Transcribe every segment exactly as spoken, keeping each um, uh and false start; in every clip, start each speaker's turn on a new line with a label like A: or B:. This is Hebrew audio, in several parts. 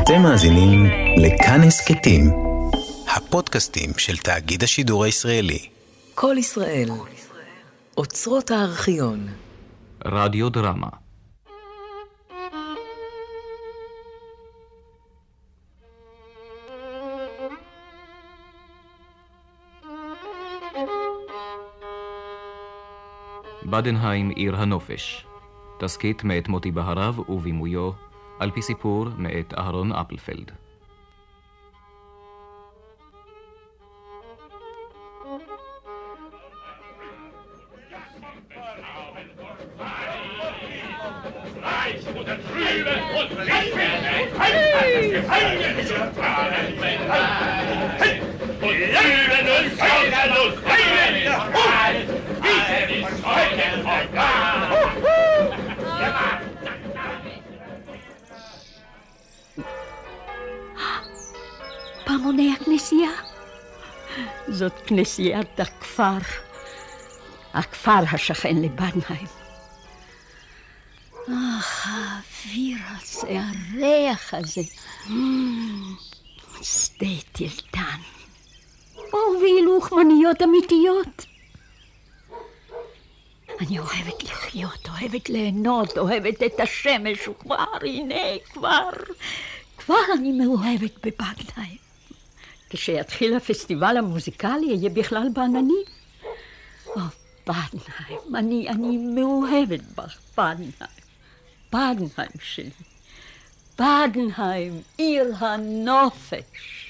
A: אתם מאזינים לכאן הסכתים, הפודקאסטים של תאגיד השידור הישראלי.
B: כל ישראל, אוצרות הארכיון.
C: רדיו דרמה. בדנהיים עיר הנופש. תסקית מאת מוטי בהרב ובימויו, על פי סיפור מאת אהרון אפלפלד.
D: פעמוני הכנסייה. זאת כנסיית הכפר. הכפר השכן לבדנהיים. אך, האוויר הזה, הריח הזה. שדה טילטן. והובילו חמניות אמיתיות. אני אוהבת לחיות, אוהבת ליהנות, אוהבת את השמש, וכבר, הנה, כבר, כבר אני מאוהבת בבדנהיים. כשיתחיל הפסטיבל המוזיקלי, יהיה בכלל בענני. או, בדנהיים, אני, אני מאוהבת בך, בדנהיים. בדנהיים שלי. בדנהיים, עיר הנופש.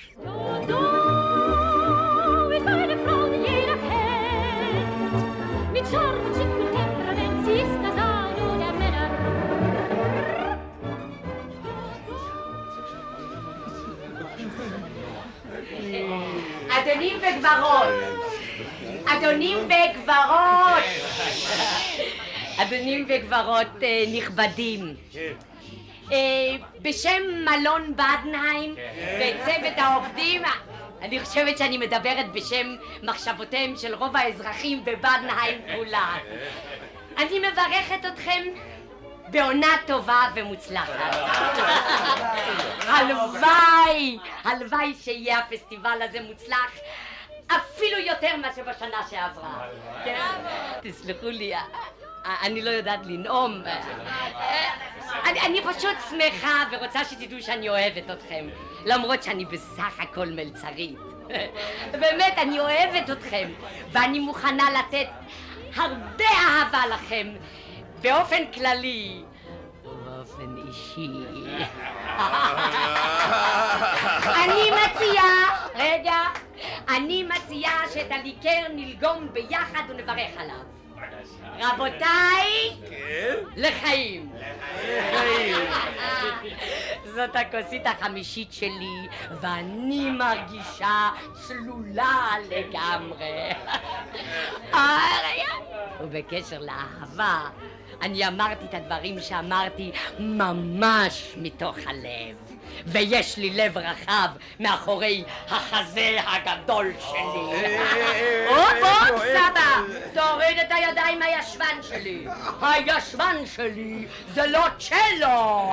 E: אדונים וגברות, אדונים וגברות, אדונים וגברות נכבדים, בשם מלון בדנהיים וצוות העובדים, אני חושבת שאני מדברת בשם מחשבותיהם של רוב האזרחים בבדנהיים כולה. אני מברכת אתכם בעונה טובה ומוצלחת. הלוואי, הלוואי שיהיה הפסטיבל הזה מוצלח אפילו יותר מאשר בשנה שעברה. תסלחו לי, אני לא יודעת לנאום. אני, אני פשוט שמחה ורוצה שתדעו שאני אוהבת אתכם, למרות שאני בסך הכל מלצרית. באמת, אני אוהבת אתכם, ואני מוכנה לתת הרבה אהבה לכם, באופן כללי ובאופן אישי. אני מציעה, רגע, אני מציעה שאת הליקר נלגום ביחד ונברך עליו. רבותיי, לחיים. זאת הכוסית החמישית שלי, ואני מרגישה צלולה לגמרי. ובקשר לאהבה, אני אמרתי את הדברים שאמרתי ממש מתוך הלב, ויש לי לב רחב מאחורי החזה הגדול שלי. הופ הופ סבא, תוריד את הידיים מהישבן שלי. הישבן שלי זה לא צ'לו.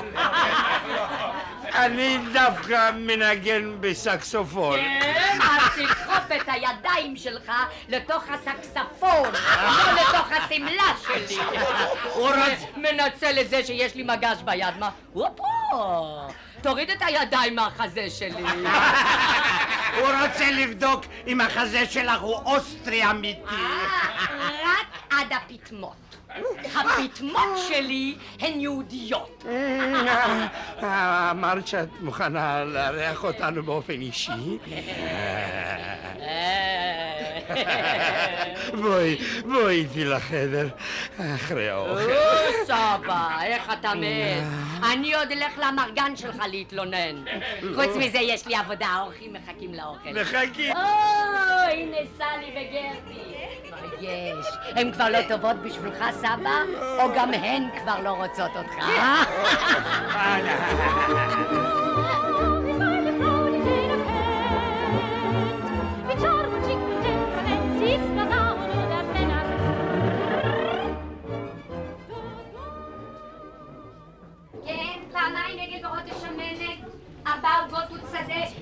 F: אני דווקא מנגן בסקסופון.
E: כן, אז תדחוף את הידיים שלך לתוך הסקספון, לא לתוך השמלה שלי. הוא מנצל את זה שיש לי מגש ביד. מה? הופו, תוריד את הידיים מהחזה שלי.
F: הוא רוצה לבדוק אם החזה שלך הוא אוסטרי אמיתי.
E: רק עד הפטמות. הפטמות שלי הן יהודיות.
F: אמרת שאת מוכנה לארח אותנו באופן אישי? בואי, בואי איתי לחדר אחרי האוכל.
E: סבא, איך אתה מעז? אני עוד אלך למרגן שלך להתלונן. חוץ מזה יש לי עבודה, האורחים מחכים לאוכל.
F: מחכים?
E: או, הנה סלי וגרטי. יש, הם כבר לא טובות בשבילך סבא? או גם הן כבר לא רוצות אותך?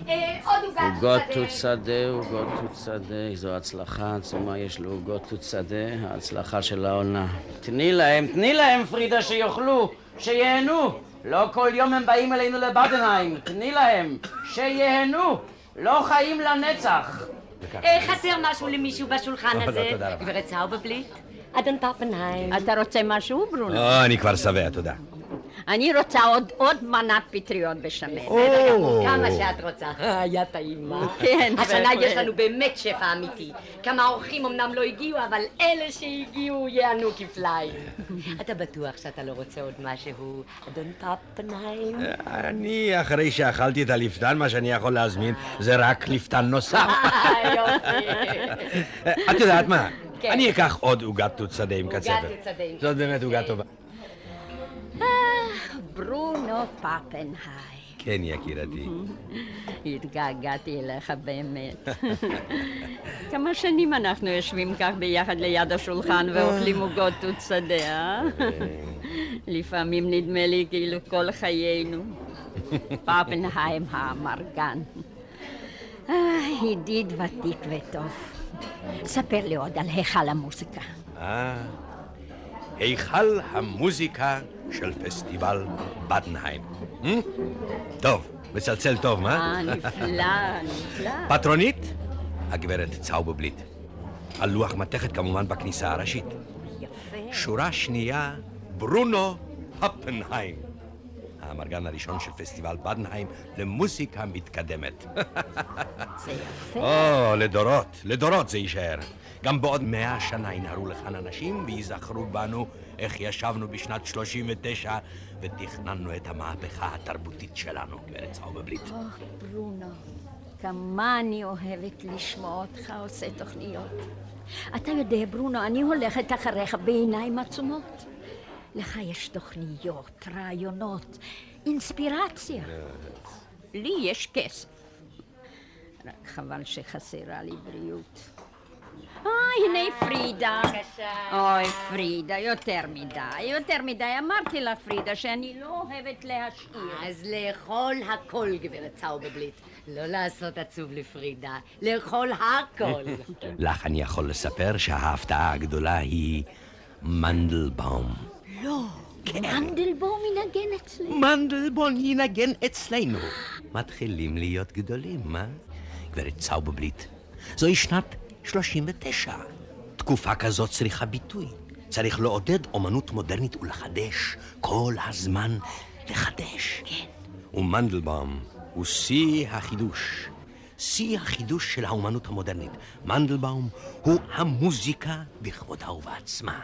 E: עוד עוגת
G: תות שדה, עוגות תות שדה, זו הצלחה עצומה יש לעוגות תות שדה, ההצלחה של העונה. תני להם, תני להם פרידה שיאכלו, שיהנו. לא כל יום הם באים אלינו לבדנהיים, תני להם, שיהנו. לא חיים לנצח.
E: חסר משהו למישהו בשולחן הזה? גברת צאובבליט? אדון פפנהיים.
D: אתה רוצה משהו, ברונו?
F: או, אני כבר שבע, תודה.
D: אני רוצה עוד, עוד מנת פטריות בשמן.
E: כמה שאת רוצה. היה טעימה.
D: כן,
E: השנה יש לנו באמת שפע אמיתי. כמה אורחים אמנם לא הגיעו, אבל אלה שהגיעו יענו כפליים. אתה בטוח שאתה לא רוצה עוד משהו, אדון פפנהיים?
F: אני, אחרי שאכלתי את הליפתן, מה שאני יכול להזמין זה רק ליפתן נוסף. את יודעת מה? אני אקח עוד עוגת תות שדה עם קצפת. זאת באמת עוגה טובה.
D: ברונו פפנהיים.
F: כן, יקירתי.
D: התגעגעתי אליך באמת. כמה שנים אנחנו יושבים כך ביחד ליד השולחן ואוכלים עוגות תות שדה, אה? לפעמים נדמה לי כאילו כל חיינו. פפנהיים האמרגן. ידיד ותיק וטוב. ספר לי עוד על היכל המוזיקה.
F: אה, היכל המוזיקה של פסטיבל בדנהיים. טוב, מצלצל טוב, מה?
D: אה, נפלא, נפלא.
F: פטרונית? הגברת צאובבליט. על לוח מתכת כמובן בכניסה הראשית.
D: יפה.
F: שורה שנייה, ברונו פפנהיים. האמרגן הראשון של פסטיבל בדנהיים למוזיקה מתקדמת.
D: זה יפה.
F: או, לדורות, לדורות זה יישאר. גם בעוד מאה שנה ינהרו לכאן אנשים ויזכרו בנו איך ישבנו בשנת שלושים ותשע ותכננו את המהפכה התרבותית שלנו, גברת צאובבליט.
D: אוח, ברונו, כמה אני אוהבת לשמוע אותך עושה תוכניות. אתה יודע, ברונו, אני הולכת אחריך בעיניים עצומות. לך יש תוכניות, רעיונות, אינספירציה. לי יש כסף. רק חבל שחסרה לי בריאות. אה, הנה פרידה. אוי, פרידה, יותר מדי, יותר מדי. אמרתי לך, פרידה, שאני לא אוהבת להשאיר.
E: אז לאכול הכל, גברת צאובבליט. לא לעשות עצוב לפרידה, לאכול הכל.
F: לך אני יכול לספר שההפתעה הגדולה היא מנדלבאום.
D: לא, מנדלבאום ינגן אצלנו.
F: מנדלבאום ינגן אצלנו. מתחילים להיות גדולים, מה? גברת צאובבליט, זוהי שנת שלושים ותשע. תקופה כזאת צריכה ביטוי. צריך לעודד אומנות מודרנית ולחדש. כל הזמן לחדש.
D: כן.
F: ומנדלבאום הוא שיא החידוש. שיא החידוש של האומנות המודרנית. מנדלבאום הוא המוזיקה בכבודה ובעצמה.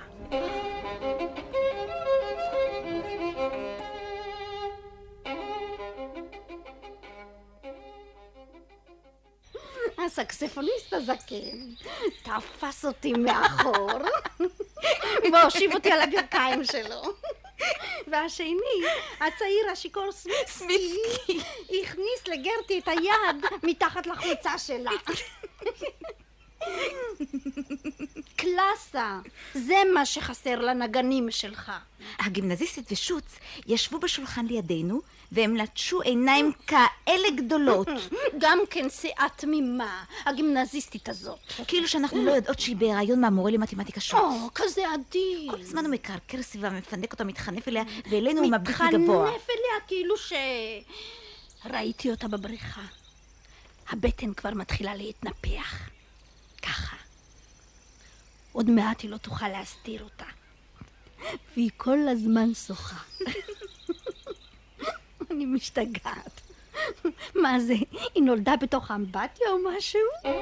H: הסקספוניסט הזקן תפס אותי מאחור והושיב אותי על הברכיים שלו. והשני, הצעיר השיכור סמיסקי, הכניס לגרטי את היד מתחת לחולצה שלה. קלאסה, זה מה שחסר לנגנים שלך.
I: הגימנזיסטית ושוץ ישבו בשולחן לידינו והם לטשו עיניים כאלה גדולות.
H: גם כן שיאה תמימה, הגימנזיסטית הזאת.
I: כאילו שאנחנו לא יודעות שהיא בהיריון מהמורה למתמטיקה שוץ.
H: או, כזה עדיף.
I: כל הזמן הוא מקרקר סביבה, מפנק אותה, מתחנף אליה, ואלינו הוא מביט מגבוה.
H: מתחנף אליה כאילו ש... ראיתי אותה בבריכה. הבטן כבר מתחילה להתנפח. ככה. עוד מעט היא לא תוכל להסתיר אותה. והיא כל הזמן שוחה. אני משתגעת. מה זה? היא נולדה בתוך אמבטיה או משהו?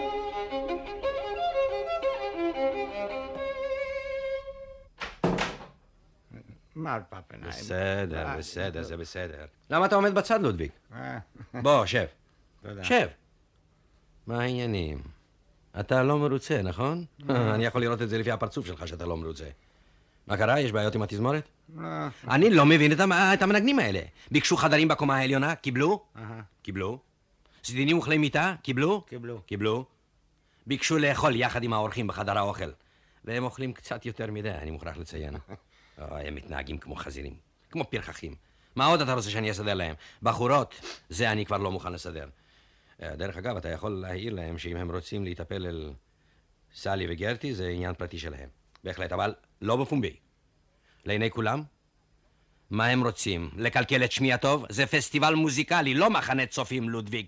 F: מר פפנהיים. בסדר, בסדר, זה בסדר. למה אתה עומד בצד, לודוויג? בוא, שב. שב. מה העניינים? אתה לא מרוצה, נכון? אני יכול לראות את זה לפי הפרצוף שלך שאתה לא מרוצה. מה קרה? יש בעיות עם התזמורת? אני לא מבין את המנגנים האלה. ביקשו חדרים בקומה העליונה, קיבלו? קיבלו. סדינים וכלי מיטה, קיבלו? קיבלו. קיבלו. ביקשו לאכול יחד עם האורחים בחדר האוכל. והם אוכלים קצת יותר מדי, אני מוכרח לציין. הם מתנהגים כמו חזירים, כמו פרחחים. מה עוד אתה רוצה שאני אסדר להם? בחורות, זה אני כבר לא מוכן לסדר. דרך אגב, אתה יכול להעיר להם שאם הם רוצים להיטפל אל סלי וגרטי, זה עניין פרטי שלהם. בהחלט, אבל לא בפומבי. לעיני כולם, מה הם רוצים? לקלקל את שמי הטוב? זה פסטיבל מוזיקלי, לא מחנה צופים, לודוויג.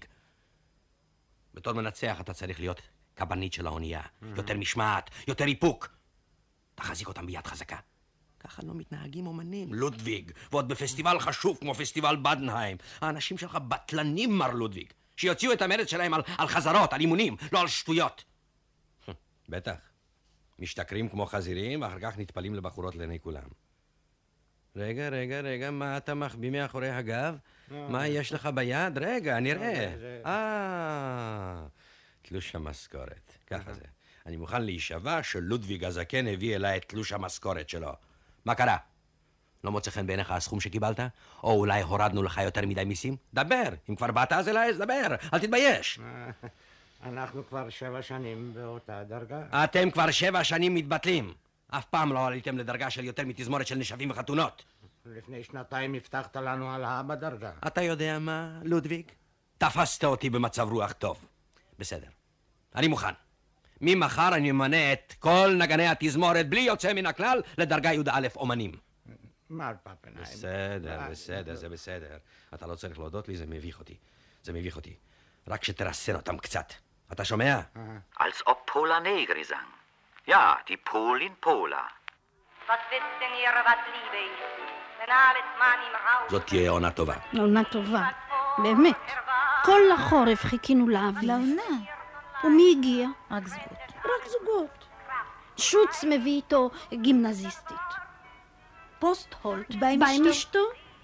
F: בתור מנצח אתה צריך להיות קברניט של האונייה. יותר משמעת, יותר איפוק. תחזיק אותם ביד חזקה. ככה לא מתנהגים אומנים, לודוויג. ועוד בפסטיבל חשוב כמו פסטיבל בדנהיים. האנשים שלך בטלנים, מר לודוויג. שיוציאו את המרד שלהם על, על חזרות, על אימונים, לא על שטויות. בטח. משתכרים כמו חזירים, ואחר כך נטפלים לבחורות לעיני כולם. רגע, רגע, רגע, מה אתה מחביא מאחורי הגב? מה יש לך ביד? רגע, נראה. אה, תלוש המשכורת. ככה זה. אני מוכן להישבע שלודוויג הזקן הביא אליי את תלוש המשכורת שלו. מה קרה? לא מוצא חן בעיניך הסכום שקיבלת? או אולי הורדנו לך יותר מדי מיסים? דבר. אם כבר באת אז אליי, אז דבר. אל תתבייש.
J: אנחנו כבר שבע שנים באותה דרגה.
F: אתם כבר שבע שנים מתבטלים. אף פעם לא עליתם לדרגה של יותר מתזמורת של נשבים וחתונות.
J: לפני שנתיים הבטחת לנו העלאה בדרגה.
F: אתה יודע מה, לודוויג? תפסת אותי במצב רוח טוב. בסדר. אני מוכן. ממחר אני ממנה את כל נגני התזמורת בלי יוצא מן הכלל לדרגה י"א אומנים.
J: מר פפנהיים.
F: בסדר, בסדר, זה בסדר. אתה לא צריך להודות לי, זה מביך אותי. זה מביך אותי. רק שתרסן אותם קצת. אתה שומע?
K: Als ob Pola Negri sang. Ja, die Polin Pola.
L: Was wisst denn ihr, was liebe ich? Wenn alles Mann im Raum...
F: זאת תהיה עונה טובה.
H: עונה טובה. באמת. כל החורף חיכינו לאביב.
I: לעונה.
H: ומי הגיע?
I: רק זוגות.
H: רק זוגות. שוץ מביא איתו גימנזיסטית. פוסט-הולט בא עם אשתו.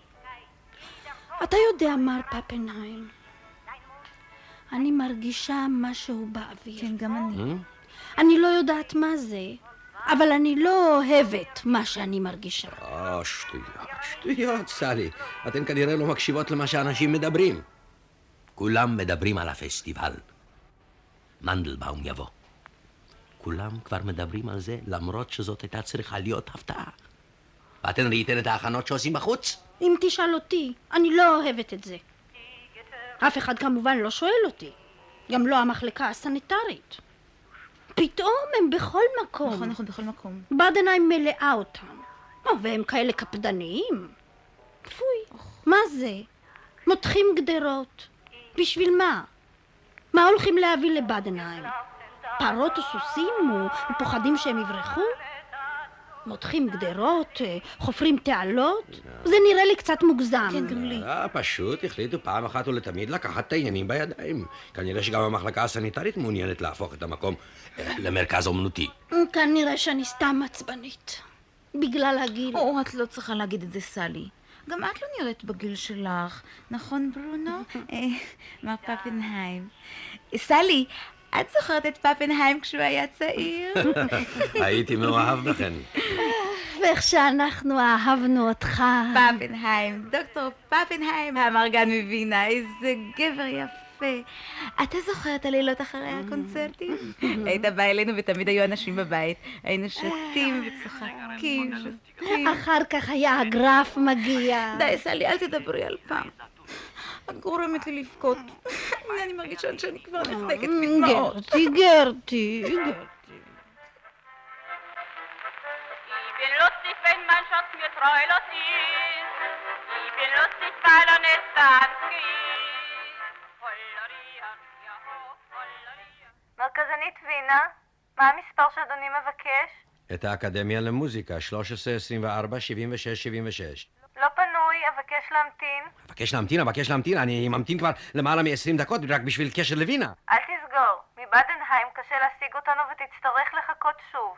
H: אתה יודע, מר פפנהיים, אני מרגישה משהו באוויר.
I: כן, גם אני.
H: אני לא יודעת מה זה, אבל אני לא אוהבת מה שאני מרגישה.
F: אה, שטויות, שטויות, סלי. אתן כנראה לא מקשיבות למה שאנשים מדברים. כולם מדברים על הפסטיבל. מנדלבאום יבוא. כולם כבר מדברים על זה, למרות שזאת הייתה צריכה להיות הפתעה. ואתן ראיתן את ההכנות שעושים בחוץ?
H: אם תשאל אותי, אני לא אוהבת את זה. אף אחד כמובן לא שואל אותי. גם לא המחלקה הסניטרית. פתאום הם בכל מקום.
I: נכון, נכון, בכל מקום.
H: בדנהיים מלאה אותם. והם כאלה קפדניים. פוי, מה זה? מותחים גדרות. בשביל מה? מה הולכים להביא לבדנהיים? פרות או סוסים ופוחדים שהם יברחו? מותחים גדרות, חופרים תעלות? זה נראה לי קצת מוגזם.
I: כן, גם לי.
F: פשוט החליטו פעם אחת ולתמיד לקחת את העניינים בידיים. כנראה שגם המחלקה הסניטרית מעוניינת להפוך את המקום למרכז אומנותי.
H: כנראה שאני סתם עצבנית. בגלל הגיל.
I: או, את לא צריכה להגיד את זה, סלי. גם את לא נראית בגיל שלך. נכון, ברונו? מר פפנהיים. סלי, את זוכרת את פפנהיים כשהוא היה צעיר?
F: הייתי מאוהב בכן.
H: ואיך שאנחנו אהבנו אותך.
I: פפנהיים, דוקטור פפנהיים, המרגן מווינה, איזה גבר יפה. אתה זוכרת הלילות אחרי הקונצרטים? היית בא אלינו ותמיד היו אנשים בבית. היינו שותים וצוחקים, שותים.
H: אחר כך היה הגרף מגיע.
I: די, סלי, אל תדברי על פעם. את גורמת לי לבכות. אני מרגישה שאני כבר נחתקת מדמעות.
H: גרטי, גרטי, גרטי.
L: Ich bin lustig, wenn mein Schatz mir treulos ist. Ich bin lustig, weil er nicht ganz geht. Holleria, ja ho, holleria. מרכזנית וינה, מה המספר שאדוני מבקש?
F: את האקדמיה למוזיקה, שלוש עשרה עשרים וארבע שבעים ושש שבעים ושש.
L: לא פנוי, אבקש להמתין.
F: אבקש להמתין, אבקש להמתין, אני ממתין כבר למעלה מ-עשרים דקות רק בשביל קשר לווינה.
L: אל תסגור, מבדנהיים קשה להשיג אותנו ותצטרך לחכות שוב.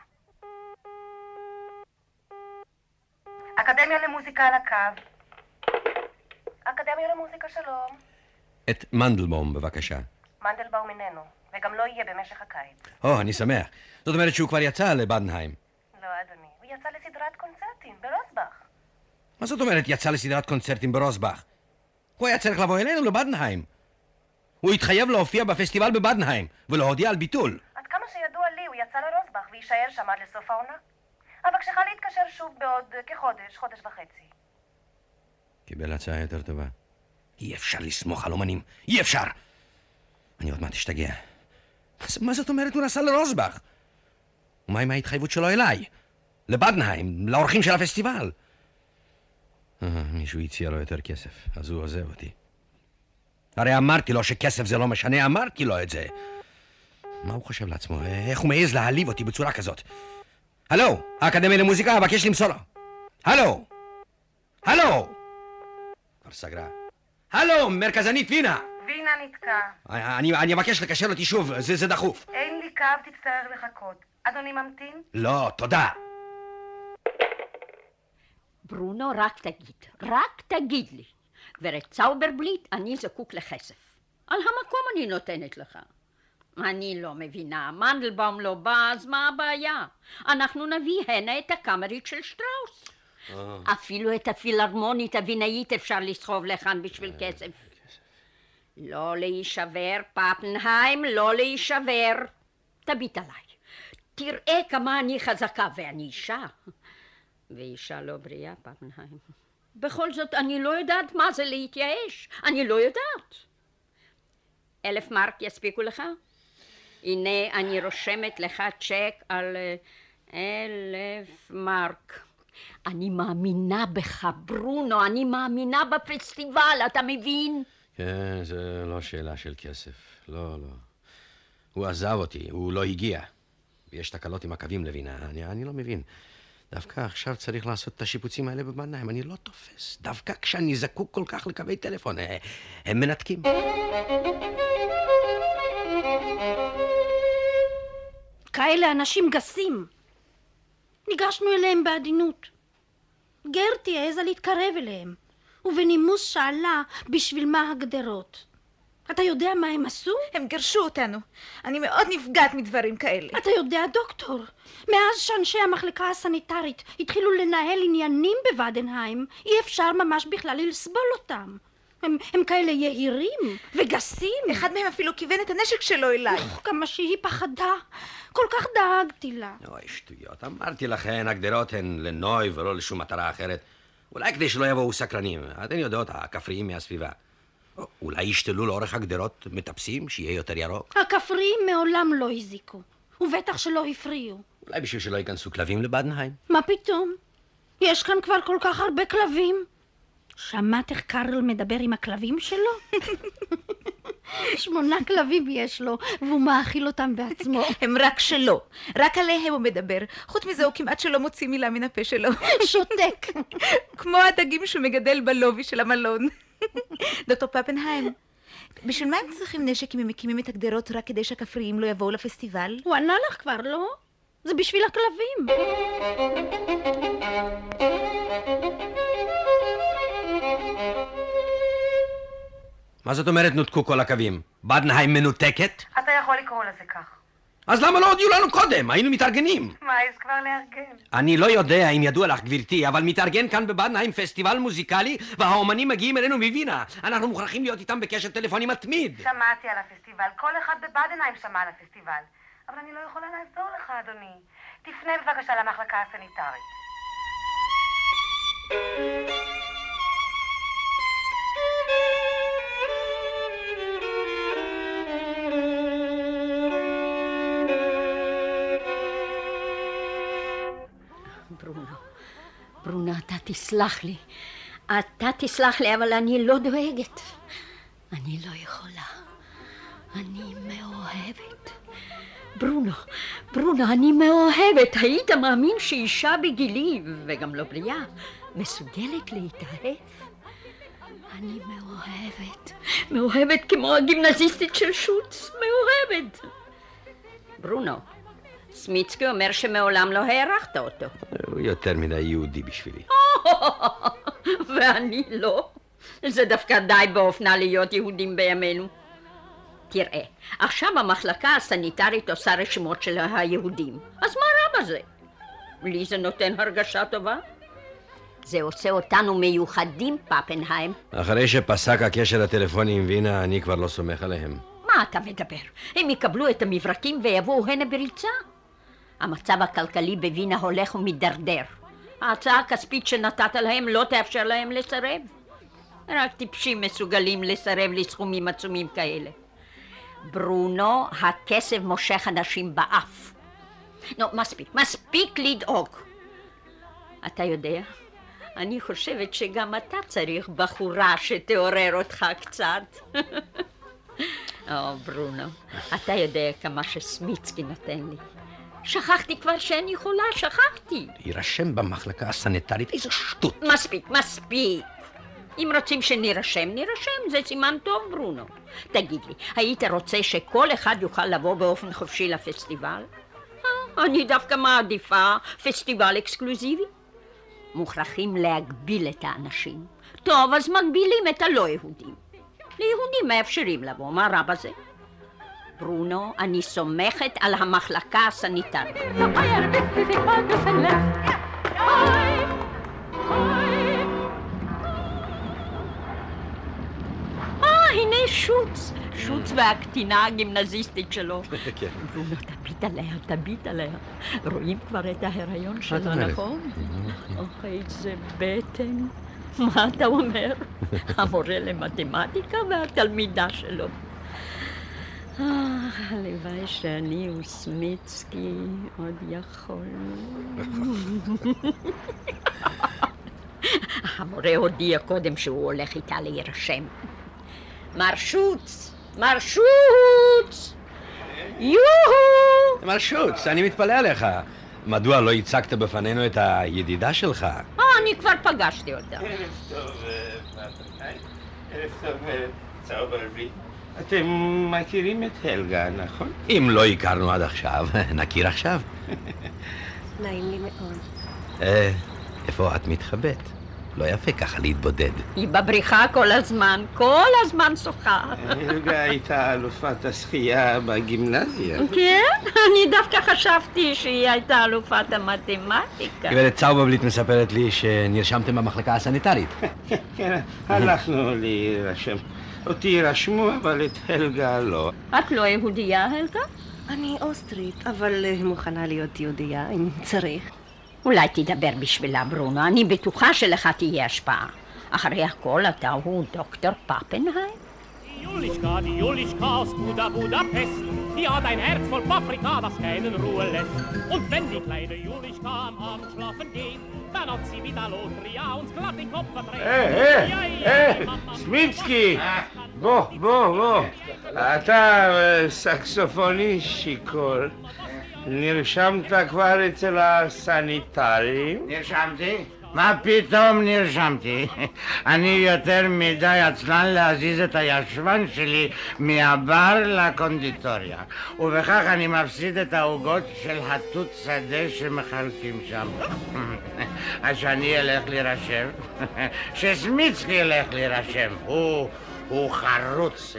L: אקדמיה למוזיקה על הקו. אקדמיה למוזיקה, שלום.
F: את מנדלבאום, בבקשה.
L: מנדלבאום איננו, וגם לא יהיה במשך הקיץ.
F: או, אני שמח. זאת אומרת שהוא כבר יצא לבדנהיים.
L: לא, אדוני, הוא יצא לסדרת קונצרטים ברוסבך.
F: מה זאת אומרת יצא לסדרת קונצרטים ברוסבך? הוא היה צריך לבוא אלינו לבדנהיים. הוא התחייב להופיע בפסטיבל בבדנהיים ולהודיע על ביטול.
L: עד כמה שידוע לי הוא יצא לרוסבך ויישאר שם עד לסוף העונה. אבקשך להתקשר שוב בעוד כחודש, חודש וחצי.
F: קיבל הצעה יותר טובה. אי אפשר לסמוך על אומנים, אי אפשר. אני עוד מעט אשתגע. מה זאת אומרת הוא נסע לרוזבך? ומה עם ההתחייבות שלו אליי? לבדנהיים, לאורחים של הפסטיבל. מישהו הציע לו יותר כסף, אז הוא עוזב אותי. הרי אמרתי לו שכסף זה לא משנה, אמרתי לו את זה. מה הוא חושב לעצמו? איך הוא מעז להעליב אותי בצורה כזאת? הלו, האקדמיה למוזיקה, אבקש למסור לו. הלו! הלו! כבר סגרה. הלו, מרכזנית וינה!
M: וינה נתקע.
F: אני, אני אבקש לקשר אותי שוב, זה, זה דחוף.
M: אין לי קו, תצטרך לחכות. אדוני ממתין?
F: לא, תודה.
D: ברונו, רק תגיד, רק תגיד לי. גברת צאוברבליט, אני זקוק לכסף. על המקום אני נותנת לך. אני לא מבינה, מנדלבאום לא בא, אז מה הבעיה? אנחנו נביא הנה את הקאמרית של שטראוס. אפילו את הפילהרמונית הווינאית אפשר לסחוב לכאן בשביל כסף. לא להישבר, פפנהיים, לא להישבר. תביט עליי. תראה כמה אני חזקה, ואני אישה. ואישה לא בריאה, פפנהיים. בכל זאת, אני לא יודעת מה זה להתייאש. אני לא יודעת. אלף מרק יספיקו לך? הנה, אני רושמת לך צ'ק על אלף מרק. אני מאמינה בך, ברונו, אני מאמינה בפסטיבל, אתה מבין?
F: כן, זה לא שאלה של כסף. לא, לא. הוא עזב אותי, הוא לא הגיע. ויש תקלות עם הקווים לווינה, אני, אני לא מבין. דווקא עכשיו צריך לעשות את השיפוצים האלה בבניים, אני לא תופס. דווקא כשאני זקוק כל כך לקווי טלפון, הם מנתקים.
H: כאלה אנשים גסים. ניגשנו אליהם בעדינות. גרטי העזה להתקרב אליהם, ובנימוס שאלה בשביל מה הגדרות. אתה יודע מה הם עשו?
I: הם גרשו אותנו. אני מאוד נפגעת מדברים כאלה.
H: אתה יודע, דוקטור, מאז שאנשי המחלקה הסניטרית התחילו לנהל עניינים בוודנהיים, אי אפשר ממש בכלל לסבול אותם. הם, הם כאלה יהירים וגסים.
I: אחד מהם אפילו כיוון את הנשק שלו אליי.
H: כמה שהיא פחדה. כל כך דאגתי לה.
F: אוי, שטויות. אמרתי לכן, הגדרות הן לנוי ולא לשום מטרה אחרת. אולי כדי שלא יבואו סקרנים. אתן יודעות, הכפריים מהסביבה. אולי ישתלו לאורך הגדרות מטפסים, שיהיה יותר ירוק.
H: הכפריים מעולם לא הזיקו, ובטח שלא הפריעו.
F: אולי בשביל שלא ייכנסו כלבים לבדנהיים?
H: מה פתאום? יש כאן כבר כל כך הרבה כלבים. שמעת איך קארל מדבר עם הכלבים שלו? שמונה כלבים יש לו, והוא מאכיל אותם בעצמו.
I: הם רק שלו, רק עליהם הוא מדבר. חוץ מזה הוא כמעט שלא מוציא מילה מן הפה שלו.
H: שותק.
I: כמו הדגים שהוא מגדל בלובי של המלון. דוקטור פפנהיים, בשביל מה הם צריכים נשק אם הם מקימים את הגדרות רק כדי שהכפריים לא יבואו לפסטיבל?
H: הוא ענה לך כבר, לא? זה בשביל הכלבים.
F: מה זאת אומרת נותקו כל הקווים? בדנהיים מנותקת?
M: אתה יכול לקרוא לזה כך.
F: אז למה לא הודיעו לנו קודם? היינו מתארגנים.
M: מה, יש כבר לארגן?
F: אני לא יודע אם ידוע לך, גברתי, אבל מתארגן כאן בבדנהיים פסטיבל מוזיקלי, והאומנים מגיעים אלינו מווינה. אנחנו מוכרחים להיות איתם בקשר טלפוני מתמיד.
M: שמעתי על הפסטיבל. כל אחד בבדנהיים שמע על הפסטיבל. אבל אני לא יכולה לעזור לך, אדוני. תפנה בבקשה למחלקה הסניטרית.
D: ברונו, ברונו, אתה תסלח לי. אתה תסלח לי, אבל אני לא דואגת. אני לא יכולה. אני מאוהבת. ברונו, ברונו, אני מאוהבת. היית מאמין שאישה בגילי, וגם לא בריאה, מסוגלת להתאהב? אני מאוהבת. מאוהבת כמו הגימנזיסטית של שוץ. מאוהבת. ברונו, סמיצקי אומר שמעולם לא הערכת אותו.
F: הוא יותר מדי יהודי בשבילי.
D: ואני לא. זה דווקא די באופנה להיות יהודים בימינו. תראה, עכשיו המחלקה הסניטרית עושה רשימות של היהודים. אז מה רע בזה? לי זה נותן הרגשה טובה. זה עושה אותנו מיוחדים, פפנהיים.
F: אחרי שפסק הקשר הטלפוני עם וינה, אני כבר לא סומך עליהם.
D: מה אתה מדבר? הם יקבלו את המברקים ויבואו הנה בריצה. המצב הכלכלי בווינה הולך ומדרדר. ההצעה הכספית שנתת להם לא תאפשר להם לסרב. רק טיפשים מסוגלים לסרב לסכומים עצומים כאלה. ברונו, הכסף מושך אנשים באף. נו, מספיק, מספיק לדאוג. אתה יודע, אני חושבת שגם אתה צריך בחורה שתעורר אותך קצת. או, ברונו, אתה יודע כמה שסמיצקי נותן לי. שכחתי כבר שאני חולה, שכחתי.
F: יירשם במחלקה הסניטרית, איזו שטות.
D: מספיק, מספיק. אם רוצים שנירשם, נירשם, זה סימן טוב, ברונו. תגיד לי, היית רוצה שכל אחד יוכל לבוא באופן חופשי לפסטיבל? אה, אני דווקא מעדיפה פסטיבל אקסקלוזיבי. מוכרחים להגביל את האנשים. טוב, אז מגבילים את הלא יהודים. ליהודים מאפשרים לבוא, מה רע בזה? ברונו, אני סומכת על המחלקה הסניטרית. אה, הנה שוץ. שוץ והקטינה הגימנזיסטית שלו. ברונו, תביט עליה, תביט עליה. רואים כבר את ההיריון שלה, נכון? אוי, איזה בטן. מה אתה אומר? המורה למתמטיקה והתלמידה שלו. אה, הלוואי שאני וסמיצקי עוד יכול. המורה הודיע קודם שהוא הולך איתה להירשם. מר שוץ! מר שוץ! יוהו!
F: מר שוץ, אני מתפלא עליך. מדוע לא הצגת בפנינו את הידידה שלך?
D: אה, אני כבר פגשתי אותה.
N: ערב טוב, ערב טוב, צהוברלי. אתם מכירים את הלגה, נכון?
F: אם לא הכרנו עד עכשיו, נכיר עכשיו.
H: נעים לי מאוד.
F: אה, איפה את מתחבאת? לא יפה ככה להתבודד.
D: היא בבריחה כל הזמן, כל הזמן שוחה.
N: הלגה הייתה אלופת השחייה בגימנזיה.
D: כן? אני דווקא חשבתי שהיא הייתה אלופת המתמטיקה.
F: גברת צאובבליט מספרת לי שנרשמתם במחלקה הסניטרית.
N: כן, הלכנו להירשם. אותי רשמו, אבל את הלגה לא.
D: את לא יהודייה, הלגה?
H: אני אוסטרית, אבל מוכנה להיות יהודייה אם צריך.
D: אולי תדבר בשבילה, ברונו, אני בטוחה שלך תהיה השפעה. אחרי הכל אתה הוא דוקטור פפנהיים.
O: Julischka, die Julischka aus Buda, Budapest, die hat ein Herz voll Paprika, das keinen Ruhe lässt. Und wenn die kleine Julischka am Abend schlafen geht, dann hat sie wieder Lotria uns glatt den Kopf verdreht.
N: היי, היי, היי, סמיצקי, בוא, בוא, בוא. אתה סקסופוני שיכור. נרשמת כבר אצל הסניטרים?
J: נרשמתי? מה פתאום נרשמתי? אני יותר מדי עצלן להזיז את הישבן שלי מהבר לקונדיטוריה, ובכך אני מפסיד את העוגות של התות שדה שמחלקים שם. אז שאני אלך להירשם, שסמיצקי ילך להירשם, הוא... הוא חרוץ.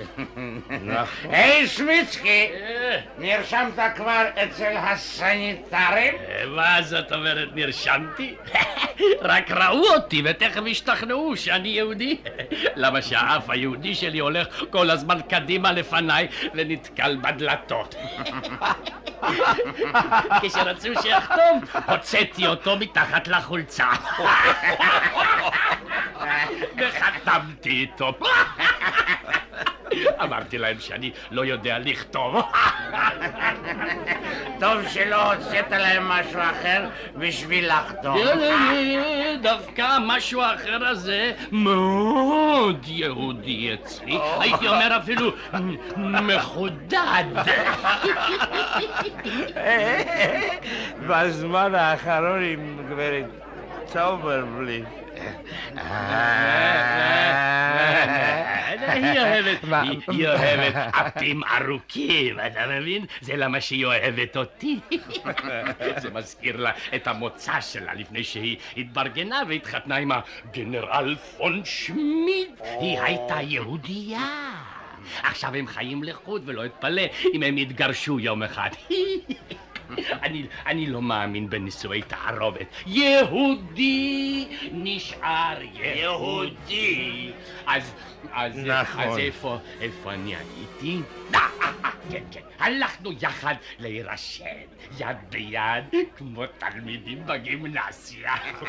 J: היי סמיצקי, נרשמת כבר אצל הסניטרים?
P: מה זאת אומרת נרשמתי? רק ראו אותי ותכף השתכנעו שאני יהודי. למה שהאף היהודי שלי הולך כל הזמן קדימה לפניי ונתקל בדלתות. כשרצו שיחתום, הוצאתי אותו מתחת לחולצה. וחתמתי איתו. אמרתי להם שאני לא יודע לכתוב.
J: טוב שלא הוצאת להם משהו אחר בשביל לחתום.
P: דווקא המשהו האחר הזה מאוד יהודי אצלי. הייתי אומר אפילו מחודד.
N: בזמן האחרון עם גברת צאוברבליט.
P: היא אוהבת, היא אוהבת אפים ארוכים, אתה מבין? זה למה שהיא אוהבת אותי. זה מזכיר לה את המוצא שלה לפני שהיא התברגנה והתחתנה עם הגנרל פון שמיד. היא הייתה יהודייה. עכשיו הם חיים לחוד ולא אתפלא אם הם יתגרשו יום אחד. אני, אני לא מאמין בנישואי תערובת. יהודי נשאר יהודי. אז, אז,
N: נכון.
P: אז איפה, איפה אני הייתי? כן, כן. הלכנו יחד להירשם, יד ביד, כמו תלמידים בגימנסיה.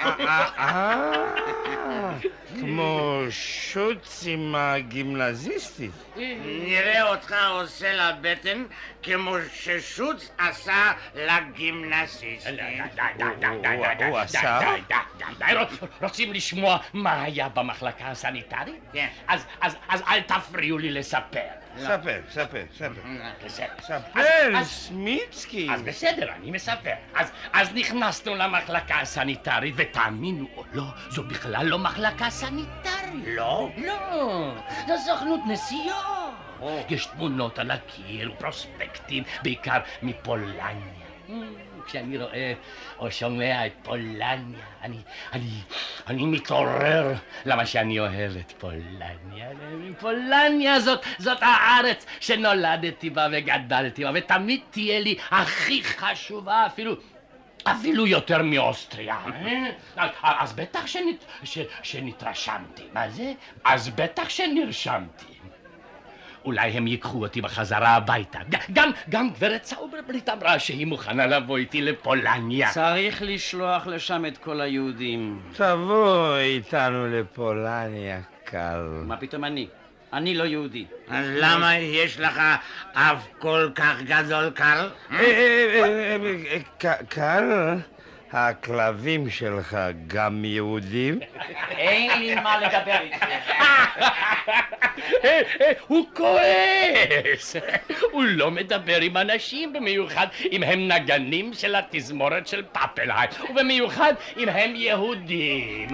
N: כמו שוץ עם הגימנזיסטית.
J: נראה אותך עושה לבטן כמו ששוץ עשה לגימנסיסטית.
N: הוא עשה?
P: רוצים לשמוע מה היה במחלקה הסניטרית? כן. אז אל תפריעו לי לספר.
N: ספר, ספר, ספר.
P: בסדר.
N: ספר, סמיצקי.
P: אז בסדר, אני מספר. אז נכנסנו למחלקה הסניטרית, ותאמינו או לא, זו בכלל לא מחלקה סניטרית.
J: לא?
P: לא, זו סוכנות נסיעות. יש תמונות על הקיר ופרוספקטים, בעיקר מפולניה. כשאני רואה או שומע את פולניה, אני, אני, אני מתעורר למה שאני אוהב את פולניה. פולניה זאת, זאת הארץ שנולדתי בה וגדלתי בה, ותמיד תהיה לי הכי חשובה, אפילו, אפילו יותר מאוסטריה. אז, אז בטח שנת, ש, שנתרשמתי. מה זה? אז בטח שנרשמתי. אולי הם ייקחו אותי בחזרה הביתה. גם, גם גברת צאוברברית אמרה שהיא מוכנה לבוא איתי לפולניה.
G: צריך לשלוח לשם את כל היהודים.
N: תבוא איתנו לפולניה, קל.
G: מה פתאום אני? אני לא יהודי.
J: אז למה יש לך אף כל כך גדול, קל?
N: קל? הכלבים שלך גם יהודים?
G: אין לי מה לדבר איתך.
P: הוא כועס. הוא לא מדבר עם אנשים, במיוחד אם הם נגנים של התזמורת של פאפלהיים, ובמיוחד אם הם יהודים.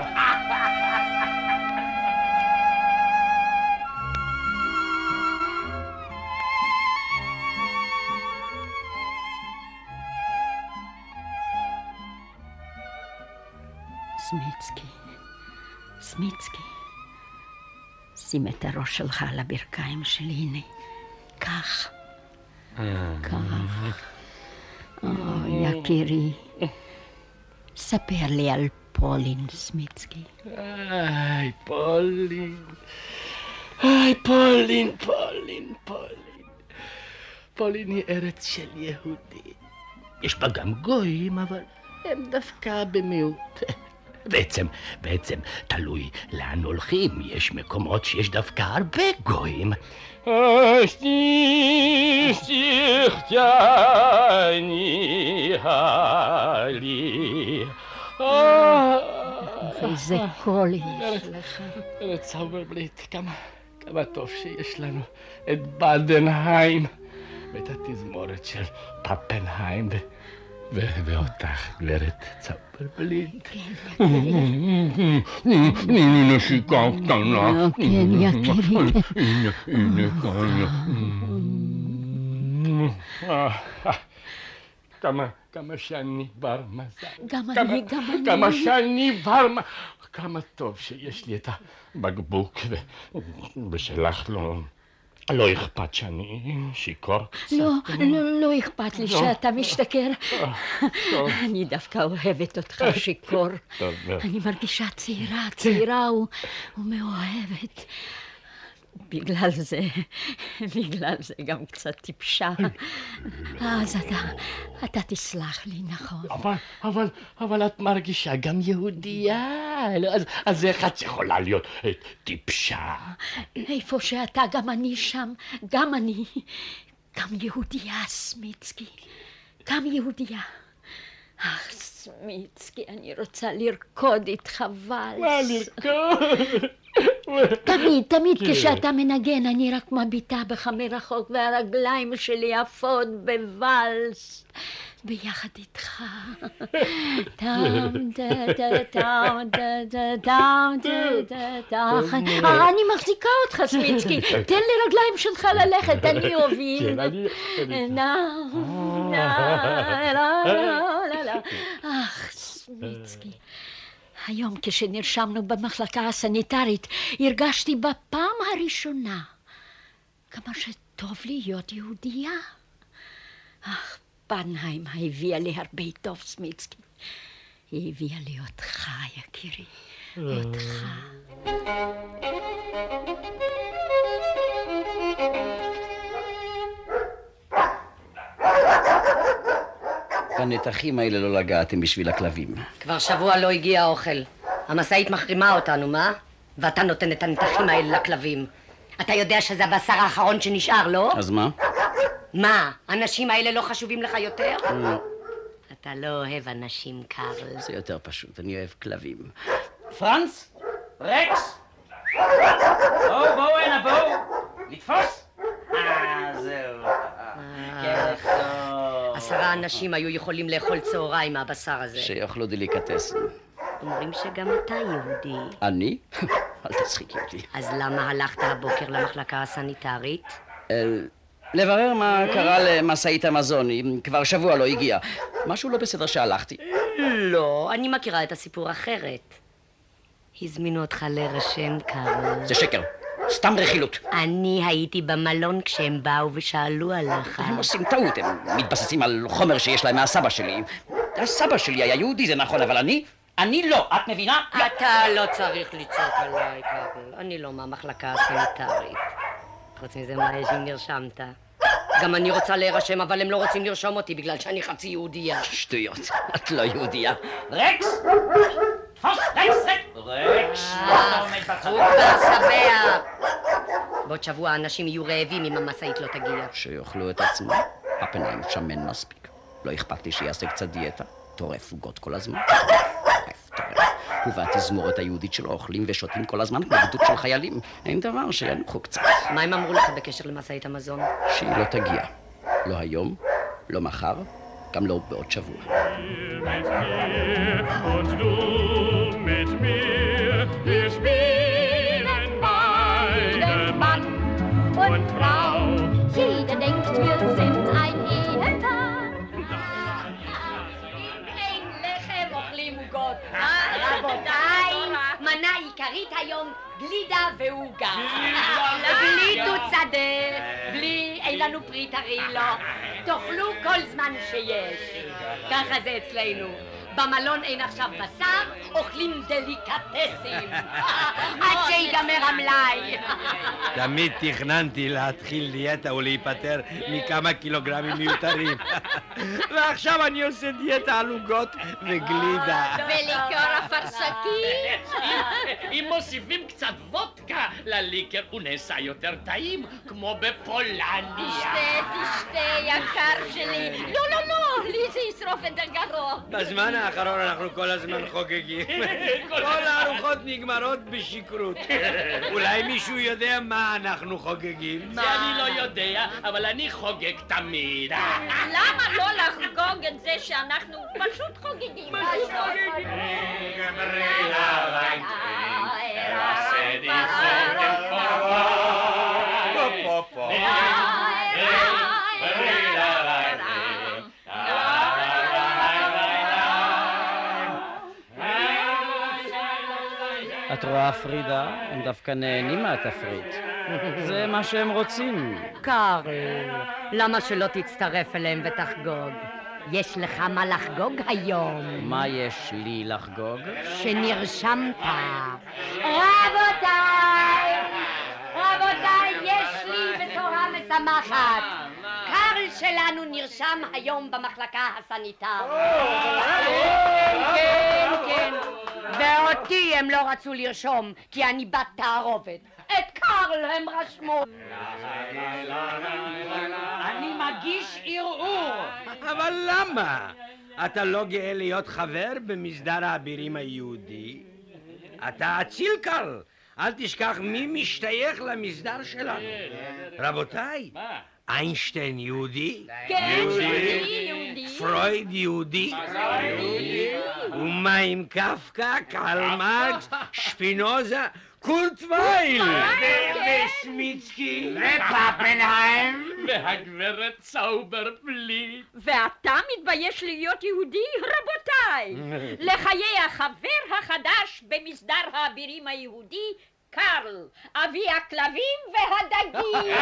D: סמיצקי, סמיצקי, שים את הראש שלך על הברכיים שלי, הנה, כך, כך. או, יקירי, ספר לי על פולין, סמיצקי.
P: איי, פולין, איי, פולין, פולין, פולין. פולין היא ארץ של יהודים. יש בה גם גויים, אבל הם דווקא במיעוט. בעצם, בעצם, תלוי לאן הולכים. יש מקומות שיש דווקא הרבה גויים.
D: איזה קול יש לך.
P: גברת צאוברברית, כמה, כמה טוב שיש לנו את בדנהיים ואת התזמורת של פאפנהיים ו... ואותך, גברת צאוברברית. הנה נשיקה קטנה.
D: כן, יקירי.
P: הנה כאן. כמה, כמה שאני בר מזל.
D: גם אני, גם אני.
P: כמה שאני בר מזל. כמה טוב שיש לי את הבקבוק, ושלך לא... לא אכפת שאני שיכור קצת.
D: לא, לא, לא אכפת לי שאתה משתכר. אני דווקא אוהבת אותך שיכור. אני מרגישה צעירה, צעירה ומאוהבת. בגלל זה, בגלל זה גם קצת טיפשה. אז אתה, אתה תסלח לי, נכון?
P: אבל, אבל, אבל את מרגישה גם יהודייה. אז, אז איך את יכולה להיות טיפשה?
D: איפה שאתה, גם אני שם, גם אני. גם יהודייה, סמיצקי. גם יהודייה. אך, סמיצקי, אני רוצה לרקוד איתך ולס.
P: מה לרקוד?
D: תמיד, תמיד כשאתה מנגן אני רק מביטה בך מרחוק והרגליים שלי עפות בוואלס ביחד איתך. אני מחזיקה אותך, סמיצקי, תן לי רגליים שלך ללכת, אני אוביל. אך, סמיצקי, היום כשנרשמנו במחלקה הסניטרית הרגשתי בפעם הראשונה כמה שטוב להיות יהודייה. אך, פנהיים הביאה לי הרבה טוב, סמיצקי. היא הביאה לי אותך, יקירי, אותך.
G: הנתחים האלה לא לגעתם בשביל הכלבים.
E: כבר שבוע לא הגיע האוכל. המשאית מחרימה אותנו, מה? ואתה נותן את הנתחים האלה לכלבים. אתה יודע שזה הבשר האחרון שנשאר, לא?
G: אז מה?
E: מה? האנשים האלה לא חשובים לך יותר? אתה לא אוהב אנשים, קארל.
G: זה יותר פשוט, אני אוהב כלבים. פרנץ? רקס? בואו, בואו הנה, בואו. לתפוס? אה, זהו.
E: עשרה אנשים היו יכולים לאכול צהריים מהבשר הזה.
G: שיאכלו דליקטסן.
E: אומרים שגם אתה יהודי.
G: אני? אל תצחיקי אותי.
E: אז למה הלכת הבוקר למחלקה הסניטרית?
G: לברר מה קרה למשאית המזון, היא כבר שבוע לא הגיעה. משהו לא בסדר שהלכתי.
E: לא, אני מכירה את הסיפור אחרת. הזמינו אותך להירשם, קארל.
G: זה שקר, סתם רכילות.
E: אני הייתי במלון כשהם באו ושאלו עליך.
G: הם עושים טעות, הם מתבססים על חומר שיש להם מהסבא שלי. הסבא שלי היה יהודי, זה נכון, אבל אני... אני לא, את מבינה?
E: אתה לא צריך לצעוק עליי, קארל. אני לא מהמחלקה הסניטרית. חוץ מזה, מה יש אם נרשמת? גם אני רוצה להירשם, אבל הם לא רוצים לרשום אותי בגלל שאני חצי יהודייה.
G: שטויות, את לא יהודייה. רקס! תפוס, רקס, רקס!
E: רקס! הוא כבר שבע! בעוד שבוע האנשים יהיו רעבים אם המשאית לא תגיע.
G: שיאכלו את עצמם. הפניים שמן מספיק. לא אכפת לי שיעשה קצת דיאטה. טורף עוגות כל הזמן. טורף, טורף. ובתזמורת היהודית שלו אוכלים ושותים כל הזמן כמו גדוד של חיילים. אין דבר שינוחו קצת.
E: מה הם אמרו לך בקשר למשאית המזון?
G: שהיא לא תגיע. לא היום, לא מחר, גם לא בעוד שבוע.
E: רבותיי, מנה עיקרית היום גלידה ועוגה. בלי תוצדה, בלי, אין לנו פרי טרי, לא. תאכלו כל זמן שיש. ככה זה אצלנו. במלון אין עכשיו בשר, אוכלים דליקטסים. עד שיגמר המלאי.
F: תמיד תכננתי להתחיל דיאטה ולהיפטר מכמה קילוגרמים מיותרים. ועכשיו אני עושה דיאטה על עוגות וגלידה.
D: וליקור אפרסקי.
P: אם מוסיפים קצת וודקה לליקר הוא נעשה יותר טעים, כמו בפולניה.
D: תשתה, תשתה, יקר שלי. לא, לא, לא, לי זה ישרוף את הגרון.
F: בזמן האחרון אנחנו כל הזמן חוגגים. כל הארוחות נגמרות בשכרות. אולי מישהו יודע מה אנחנו חוגגים?
P: זה אני לא יודע, אבל אני חוגג תמיד.
D: למה לא לחגוג את זה שאנחנו פשוט חוגגים?
P: פשוט חוגגים.
G: את רואה, פרידה? הם דווקא נהנים מהתפריט. זה מה שהם רוצים.
E: קארל, למה שלא תצטרף אליהם ותחגוג? יש לך מה לחגוג היום.
G: מה יש לי לחגוג?
E: שנרשמת. רבותיי, רבותיי, יש לי בשורה משמחת. קארל שלנו נרשם היום במחלקה הסניטרית. כן, כן. ואותי הם לא רצו לרשום, כי אני בת תערובת. את קארל הם רשמו.
P: אני מגיש ערעור.
F: אבל למה? אתה לא גאה להיות חבר במסדר האבירים היהודי? אתה אציל, קארל. אל תשכח מי משתייך למסדר שלנו. רבותיי, איינשטיין יהודי?
D: כן, יהודי.
F: פרויד יהודי? ומה עם קפקא, קרל מרקס, שפינוזה, קורט וייל? ושמיצקי?
P: ופפנהיים? והגברת צאוברבליט?
D: ואתה מתבייש להיות יהודי? רבותיי, לחיי החבר החדש במסדר האבירים היהודי, קארל, אבי הכלבים והדגים.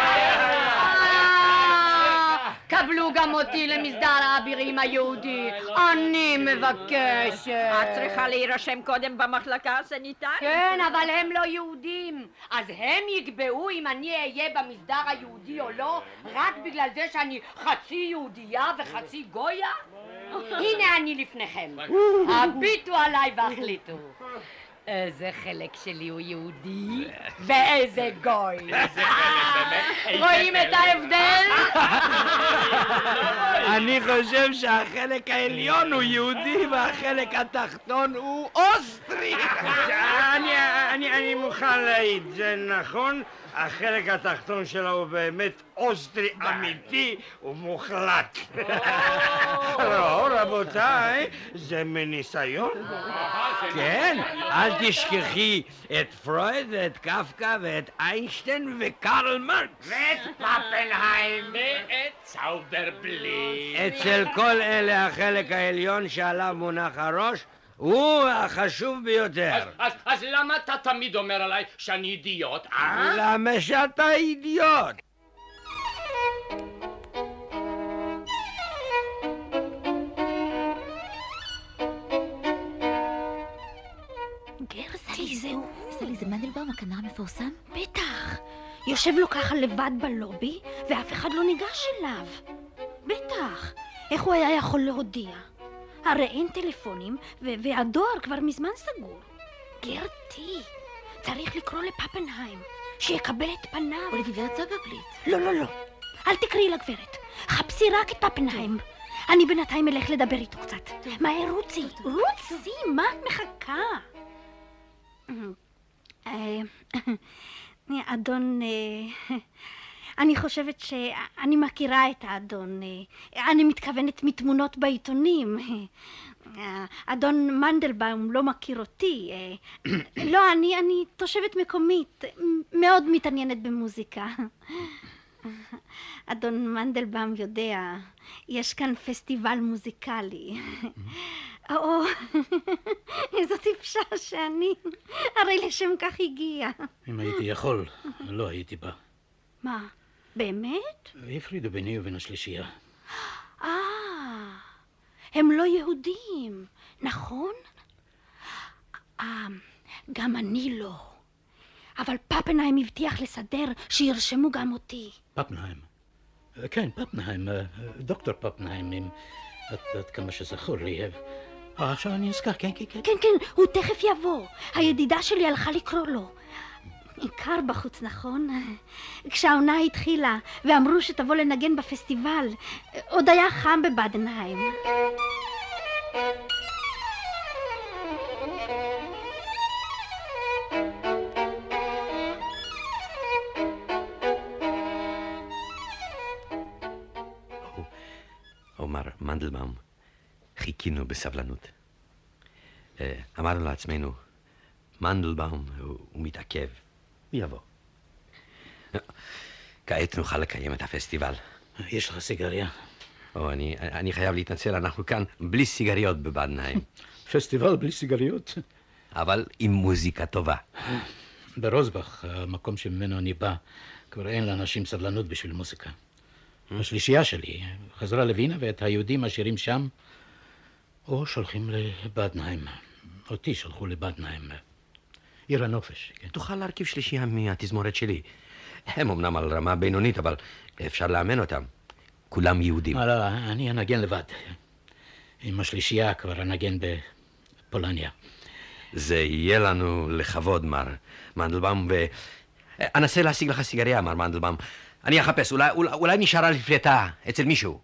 E: קבלו גם אותי למסדר האבירים היהודי. אני מבקשת.
D: את צריכה להירשם קודם במחלקה הסניטרית?
E: כן, אבל הם לא יהודים. אז הם יקבעו אם אני אהיה במסדר היהודי או לא, רק בגלל זה שאני חצי יהודייה וחצי גויה? הנה אני לפניכם. הביטו עליי והחליטו. איזה חלק שלי הוא יהודי ואיזה גוי. רואים את ההבדל?
N: אני חושב שהחלק העליון הוא יהודי והחלק התחתון הוא אוסטרי. אני מוכן להעיד, זה נכון, החלק התחתון שלו הוא באמת אוסטרי אמיתי ומוחלט. לא, רבותיי, זה מניסיון. כן, אל תשכחי את פרויד ואת קפקא ואת איינשטיין וקרל מרקס.
J: ואת פפנהיים ואת צאוברבליט.
N: אצל כל אלה החלק העליון שעליו מונח הראש הוא החשוב ביותר.
P: אז, אז, אז למה אתה תמיד אומר עליי שאני אידיוט, אה?
N: למה שאתה אידיוט?
H: סלי, זהו.
Q: סלי, זה מנדלבאום, הכנר המפורסם?
H: בטח. יושב לו ככה לבד בלובי, ואף אחד לא ניגש אליו. בטח. איך הוא היה יכול להודיע? הרי אין טלפונים, והדואר כבר מזמן סגור. גרטי, צריך לקרוא לפפנהיים, שיקבל את פניו.
Q: או לגברת צאוברבליט.
H: לא, לא, לא. אל תקראי לגברת. חפשי רק את פפנהיים. אני בינתיים אלך לדבר איתו קצת. מהר, רוצי. רוצי, מה את מחכה? אדון... אני חושבת שאני מכירה את האדון. אני מתכוונת מתמונות בעיתונים. אדון מנדלבאום לא מכיר אותי. לא, אני, אני תושבת מקומית, מאוד מתעניינת במוזיקה. אדון מנדלבאום יודע, יש כאן פסטיבל מוזיקלי. או, איזו טיפשה שאני, הרי לשם כך הגיע.
R: אם הייתי יכול, לא הייתי בא.
H: מה, באמת?
R: הפרידו ביני ובין השלישייה.
H: אה, הם לא יהודים, נכון? אה, גם אני לא. אבל פפנהיים הבטיח לסדר שירשמו גם אותי.
R: פפנהיים? כן, פפנהיים, דוקטור פפנהיים, עד כמה שזכור לי. עכשיו אני נזכר, כן, כן, כן.
H: כן, כן, הוא תכף יבוא. הידידה שלי הלכה לקרוא לו. עיקר בחוץ, נכון? כשהעונה התחילה ואמרו שתבוא לנגן בפסטיבל, עוד היה חם בבדנהיים.
F: אומר מנדלבאום, חיכינו בסבלנות. אמרנו לעצמנו, מנדלבאום הוא, הוא מתעכב, הוא יבוא. כעת נוכל לקיים את הפסטיבל.
R: יש לך סיגריה?
F: או, אני, אני חייב להתנצל, אנחנו כאן בלי סיגריות בבדנהיים.
R: פסטיבל בלי סיגריות?
F: אבל עם מוזיקה טובה.
R: ברוזבך, המקום שממנו אני בא, כבר אין לאנשים סבלנות בשביל מוזיקה. השלישייה שלי חזרה לווינה, ואת היהודים השירים שם או שולחים לבדנהיים. אותי שלחו לבדנהיים, עיר הנופש. כן.
F: תוכל להרכיב שלישייה מהתזמורת שלי. הם אמנם על רמה בינונית, אבל אפשר לאמן אותם. כולם יהודים.
R: לא, לא, אני אנגן לבד. עם השלישייה כבר אנגן בפולניה.
F: זה יהיה לנו לכבוד, מר מנדלבאום, ואנסה להשיג לך סיגריה, מר מנדלבאום. אני אחפש, אולי, אולי, אולי נשארה לפלטה אצל מישהו.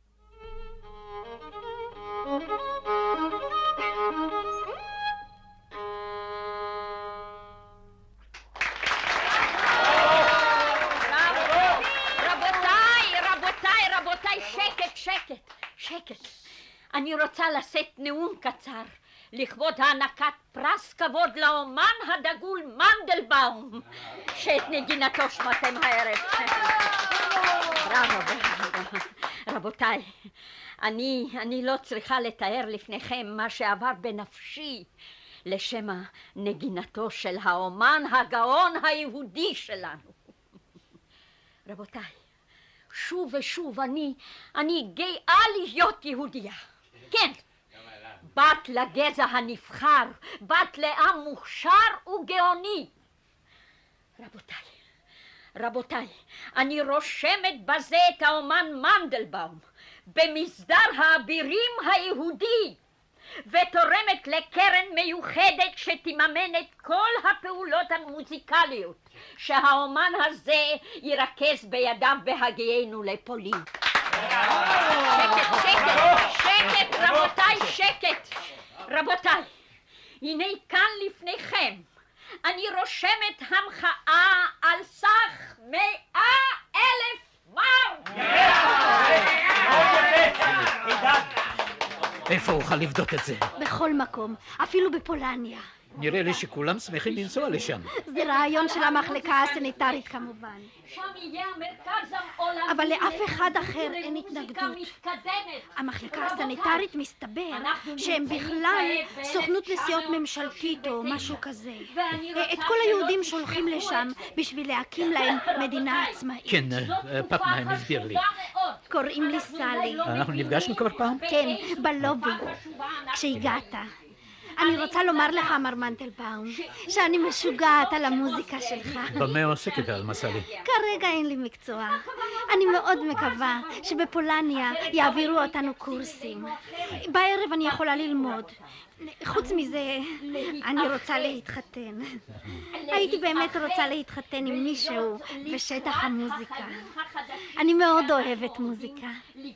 D: רבותיי, רבותיי, רבותיי, שקט, שקט, שקט. אני רוצה לשאת נאום קצר לכבוד הענקת פרס כבוד לאומן הדגול מנדלבאום, שאת נגינתו שמעתם הערב. בראבו, בראבו. רבותיי, אני, אני לא צריכה לתאר לפניכם מה שעבר בנפשי לשם נגינתו של האומן הגאון היהודי שלנו. רבותיי, שוב ושוב אני, אני גאה להיות יהודייה. כן. בת לגזע הנבחר, בת לעם מוכשר וגאוני. רבותיי, רבותיי, אני רושמת בזה את האומן מנדלבאום, במסדר האבירים היהודי, ותורמת לקרן מיוחדת שתממן את כל הפעולות המוזיקליות שהאומן הזה ירכז בידיו בהגיענו לפולין. שקט, שקט, שקט, רבותיי, שקט. רבותיי, הנה כאן לפניכם אני רושמת המחאה על סך מאה אלף מר.
R: איפה אוכל לבדוק את זה?
H: בכל מקום, אפילו בפולניה.
R: נראה לי שכולם שמחים לנסוע לשם.
H: זה רעיון של המחלקה הסניטרית כמובן.
D: שם יהיה המרכז העולמי.
H: אבל לאף אחד אחר אין התנגדות. המחלקה הסניטרית מסתבר שהם בכלל סוכנות נסיעות ממשלתית או משהו כזה. את כל היהודים שולחים לשם בשביל להקים להם מדינה עצמאית.
R: כן, פפנהיים הסביר לי.
H: קוראים לי סלי.
R: אנחנו נפגשנו כבר פעם?
H: כן, בלובי, כשהגעת. אני רוצה לומר לך, מר מנטלבאום, שאני משוגעת על המוזיקה שלך.
R: במה עוסקת על מסלי?
H: כרגע אין לי מקצוע. אני מאוד מקווה שבפולניה יעבירו אותנו קורסים. בערב אני יכולה ללמוד. חוץ מזה, אני רוצה להתחתן. הייתי באמת רוצה להתחתן עם מישהו בשטח המוזיקה. אני מאוד אוהבת מוזיקה.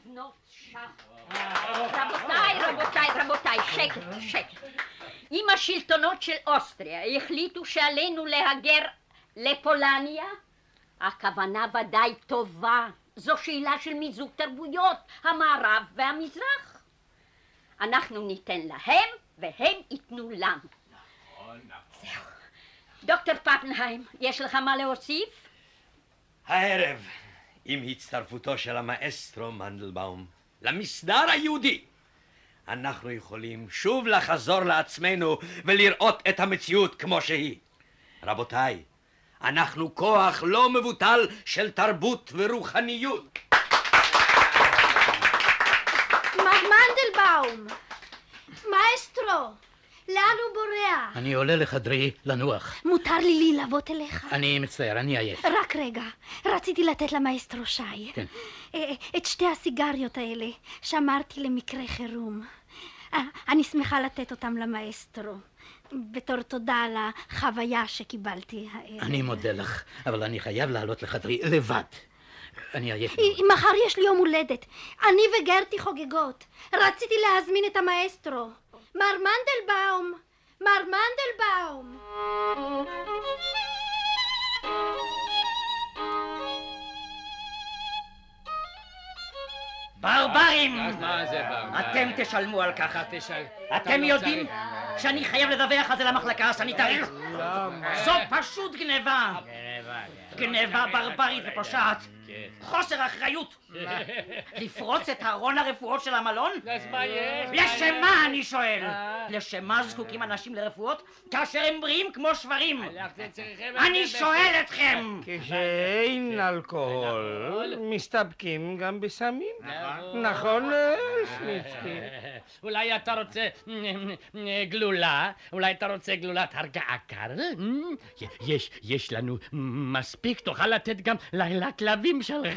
D: רבותיי, רבותיי, רבותיי, שקט, שקט. אם השלטונות של אוסטריה החליטו שעלינו להגר לפולניה, הכוונה ודאי טובה. זו שאלה של מיזוג תרבויות, המערב והמזרח. אנחנו ניתן להם והם ייתנו לנו. זהו. דוקטור פפנהיים, יש לך מה להוסיף?
F: הערב, עם הצטרפותו של המאסטרו מנדלבאום למסדר היהודי, אנחנו יכולים שוב לחזור לעצמנו ולראות את המציאות כמו שהיא. רבותיי, אנחנו כוח לא מבוטל של תרבות ורוחניות.
H: מר מנדלבאום, מאסטרו, לאן הוא בורח?
R: אני עולה לחדרי לנוח.
H: מותר לי להלוות אליך?
R: אני מצטער, אני עייף.
H: רק רגע, רציתי לתת למאסטרו שי.
R: כן.
H: את שתי הסיגריות האלה שמרתי למקרה חירום. אני שמחה לתת אותם למאסטרו, בתור תודה על החוויה שקיבלתי הערב.
R: אני מודה לך, אבל אני חייב לעלות לחדרי לבד. אני עייף.
H: מחר יש לי יום הולדת. אני וגרטי חוגגות. רציתי להזמין את המאסטרו. מר מנדלבאום, מר מנדלבאום.
G: ברברים! אתם תשלמו על כך. אתם יודעים שאני חייב לדווח על זה למחלקה הסניטרית. זו פשוט גניבה. גניבה ברברית ופושעת. חוסר אחריות. לפרוץ את ארון הרפואות של המלון?
P: אז מה יש?
G: לשם מה אני שואל? לשם מה זקוקים אנשים לרפואות כאשר הם בריאים כמו שברים? אני שואל אתכם.
N: כשאין אלכוהול מסתפקים גם בסמים. נכון, סמיצקי?
P: אולי אתה רוצה גלולה? אולי אתה רוצה גלולת הרגעה קר? יש, יש לנו מספיק, תוכל לתת גם לכלבים שלך.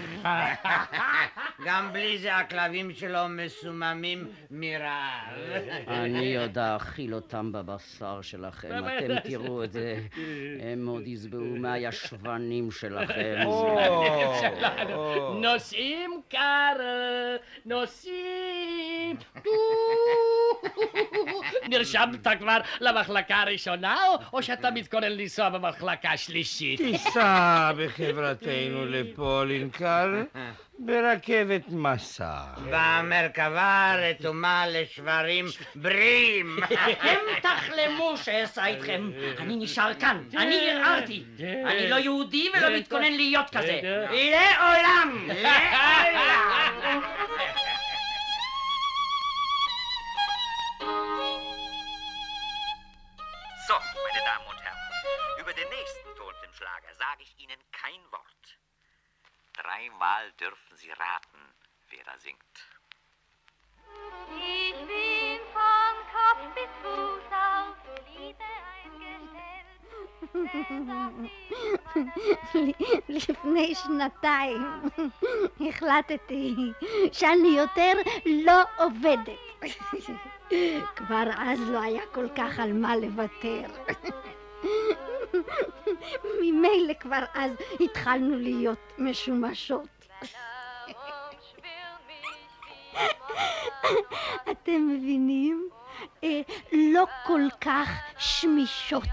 J: גם בלי זה הכלבים שלו מסוממים מרעב.
G: אני עוד אאכיל אותם בבשר שלכם, אתם תראו את זה. הם עוד יסבעו מהישבנים שלכם.
P: נוסעים קר, נוסעים. נרשמת כבר למחלקה הראשונה, או שאתה מתכונן לנסוע במחלקה השלישית?
N: תיסע בחברתנו לפולין קל ברכבת מסע.
J: במרכבה רתומה לשברים בריאים.
G: אתם תחלמו שאסע איתכם. אני נשאר כאן, אני ערערתי. אני לא יהודי ולא מתכונן להיות כזה. לעולם! לעולם!
K: So, meine Damen und Herren, über den nächsten Ton im Schlager sage ich Ihnen kein Wort. Dreimal dürfen Sie raten, wer da singt.
L: Ich bin von Kopf bis Fuß auf Liebe eingestellt.
H: לפני שנתיים החלטתי שאני יותר לא עובדת. כבר אז לא היה כל כך על מה לוותר. ממילא כבר אז התחלנו להיות משומשות. אתם מבינים? אה, לא כל כך שמישות.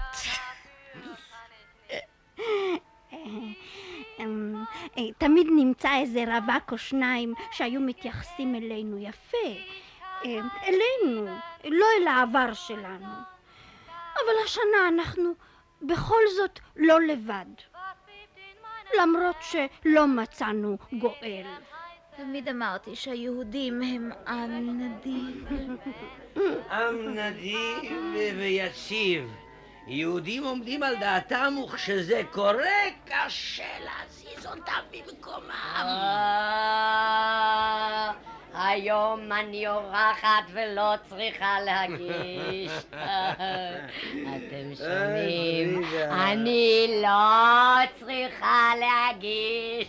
H: תמיד נמצא איזה רווק או שניים שהיו מתייחסים אלינו יפה. אלינו, לא אל העבר שלנו. אבל השנה אנחנו בכל זאת לא לבד. למרות שלא מצאנו גואל.
Q: תמיד אמרתי שהיהודים הם עם נדיב.
F: עם נדיב ויציב. יהודים עומדים על דעתם, וכשזה קורה קשה להזיז אותם במקומם.
E: היום אני אורחת ולא צריכה להגיש. אתם שומעים? אני לא צריכה להגיש.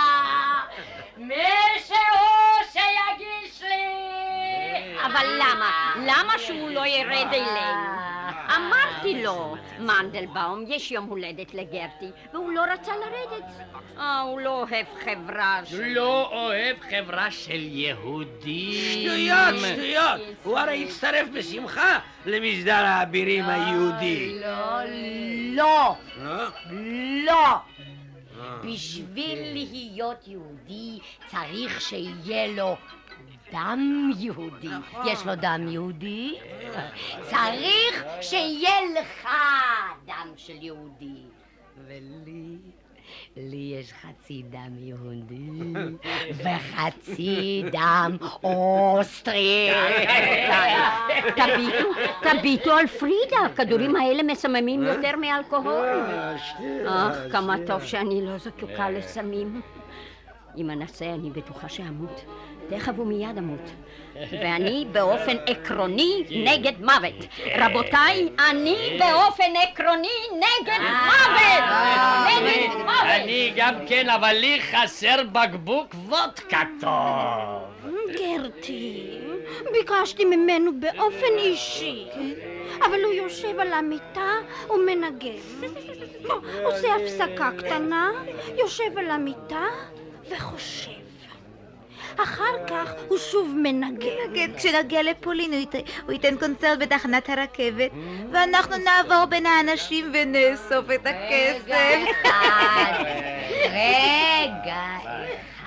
E: מישהו שיגיש לי.
D: אבל למה? למה שהוא לא ירד אלינו? אמרתי לו, מנדלבאום, יש יום הולדת לגרטי, והוא לא רצה לרדת. אה, הוא לא אוהב חברה של...
P: לא אוהב חברה של יהודים.
F: שטויות, שטויות. הוא הרי הצטרף בשמחה למסדר האבירים היהודי.
E: לא, לא. לא. בשביל להיות יהודי צריך שיהיה לו דם יהודי. יש לו דם יהודי? צריך שיהיה לך דם של יהודי. ולי, לי יש חצי דם יהודי וחצי דם אוסטרי.
D: תביטו, תביטו על פרידה. הכדורים האלה מסממים יותר מאלכוהול. אך, כמה טוב שאני לא זקוקה לסמים. אם אנסה אני בטוחה שאמות. תכף ומיד אמות. ואני באופן עקרוני נגד מוות. רבותיי, אני באופן עקרוני נגד מוות. נגד מוות.
P: אני גם כן, אבל לי חסר בקבוק וודקה טוב.
H: גרטי, ביקשתי ממנו באופן אישי, אבל הוא יושב על המיטה ומנגן. עושה הפסקה קטנה, יושב על המיטה וחושב. אחר כך הוא שוב מנגן.
I: כשנגיע לפולין הוא, ית... הוא ייתן קונצרט בתחנת הרכבת, ואנחנו נעבור בין האנשים ונאסוף את הכסף.
E: רגע אחד, רגע אחד.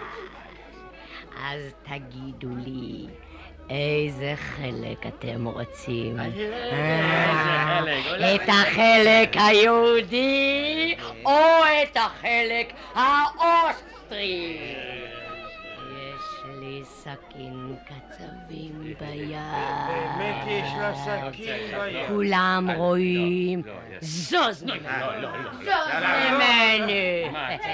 E: אז תגידו לי, איזה חלק אתם רוצים? את החלק היהודי או את החלק האוסטרי? לי סכין קצבים ביד.
N: באמת יש לה סכין ביד.
E: כולם רואים. זוז זוז ממני.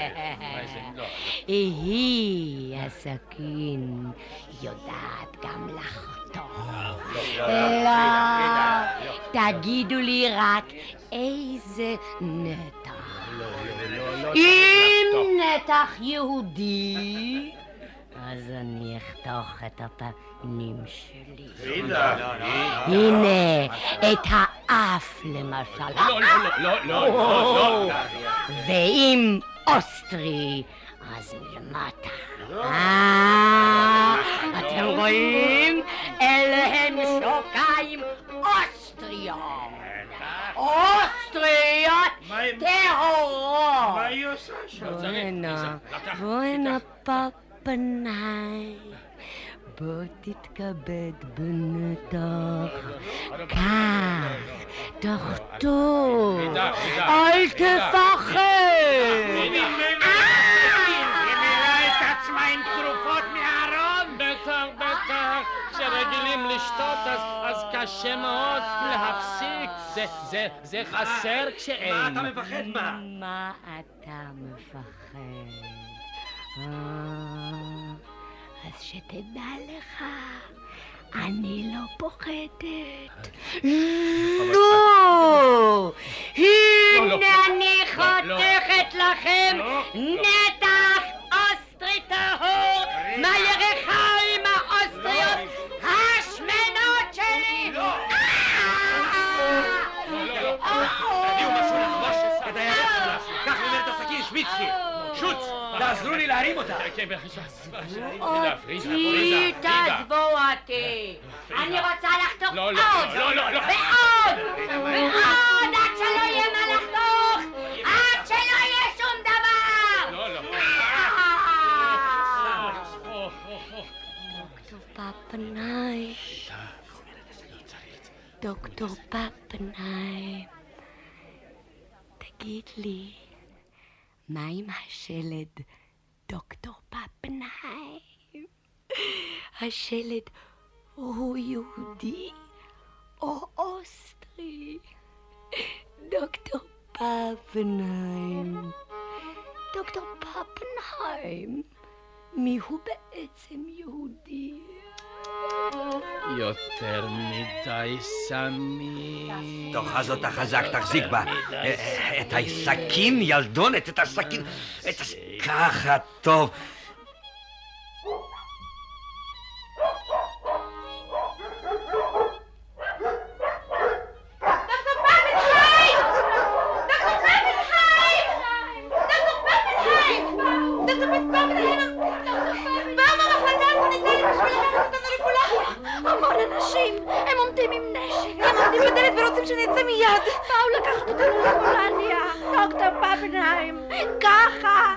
E: היא הסכין יודעת גם לחתוך. לא, תגידו לי רק איזה נתח. אם נתח יהודי, אז אני אחתוך את הפנים שלי.
N: פרידה.
E: הנה, את האף למשל.
P: לא, לא, לא, לא, לא.
E: ואם אוסטרי, אז מלמטה. אה, אתם רואים? אלה הם שוקיים אוסטריות. אוסטריות טהורות.
N: מה היא עושה שם?
E: בואנה, בואנה פפנאי. בוא תתכבד בנתח. כך, תחתוך. אל תפחד.
N: היא מילאה את עצמה עם תרופות מהארון.
P: בטח, בטח. כשרגילים לשתות אז קשה מאוד להפסיק. זה חסר כשאין.
F: מה אתה מפחד מה?
E: מה אתה מפחד? אז שתדע לך, אני לא פוחדת. לא! הנה הנה אני חותכת לכם נתח אוסטרי טהור מהירכיים האוסטריות השמנות שלי.
F: תביאו משהו לחבוש את הירך שלה. קח ממנו את הסכין, שוויצקי. שוץ, תעזרו לי להרים אותה.
E: אותי תעזבו אותי. אני רוצה לחתוך עוד ועוד ועוד עד שלא יהיה מה לחתוך, עד שלא יהיה שום דבר. דוקטור פפנהיים, דוקטור פפנהיים, תגיד לי, מה עם השלד דוקטור פפנהיים? השלד הוא יהודי או אוסטרי? דוקטור פפנהיים, דוקטור פפנהיים, מי הוא בעצם יהודי?
P: יותר מדי סמי.
F: תאכל אותה חזק, תחזיק בה. את הסכין, ילדונת, את הסכין. ככה טוב.
H: שנצא מיד. באו לקחת אותנו לפולניה. דוקטור פפנהיים, ככה.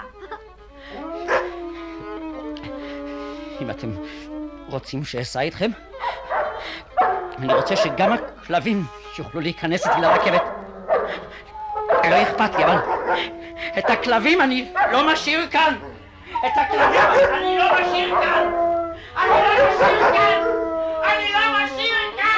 G: אם אתם רוצים שאסע איתכם, אני רוצה שגם הכלבים שיוכלו להיכנס איתי לרכבת. לא אכפת לי, אבל את הכלבים אני לא משאיר כאן. את הכלבים אני לא משאיר כאן. אני לא משאיר כאן. אני לא משאיר כאן.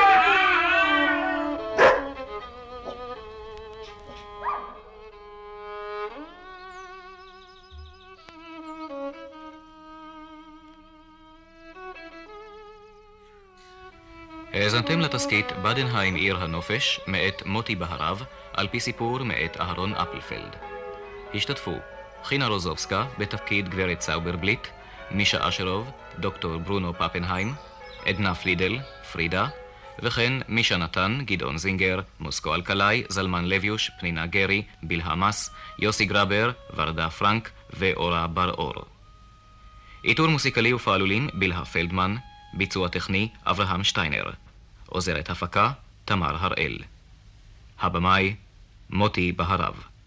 C: האזנתם לתסקית בדנהיים עיר הנופש מאת מוטי בהרב על פי סיפור מאת אהרון אפלפלד. השתתפו חינה רוזובסקה בתפקיד גברת סאוברבליט, מישה אשרוב, דוקטור ברונו פפנהיים, עדנה פלידל, פרידה, וכן מישה נתן, גדעון זינגר, מוסקו אלקלעי, זלמן לויוש, פנינה גרי, בלהמס, יוסי גרבר, ורדה פרנק ואורה בר אור. איתור מוסיקלי ופעלולים בלהה פלדמן, ביצוע טכני אברהם שטיינר, עוזרת הפקה תמר הראל, הבמאי מוטי בהרב.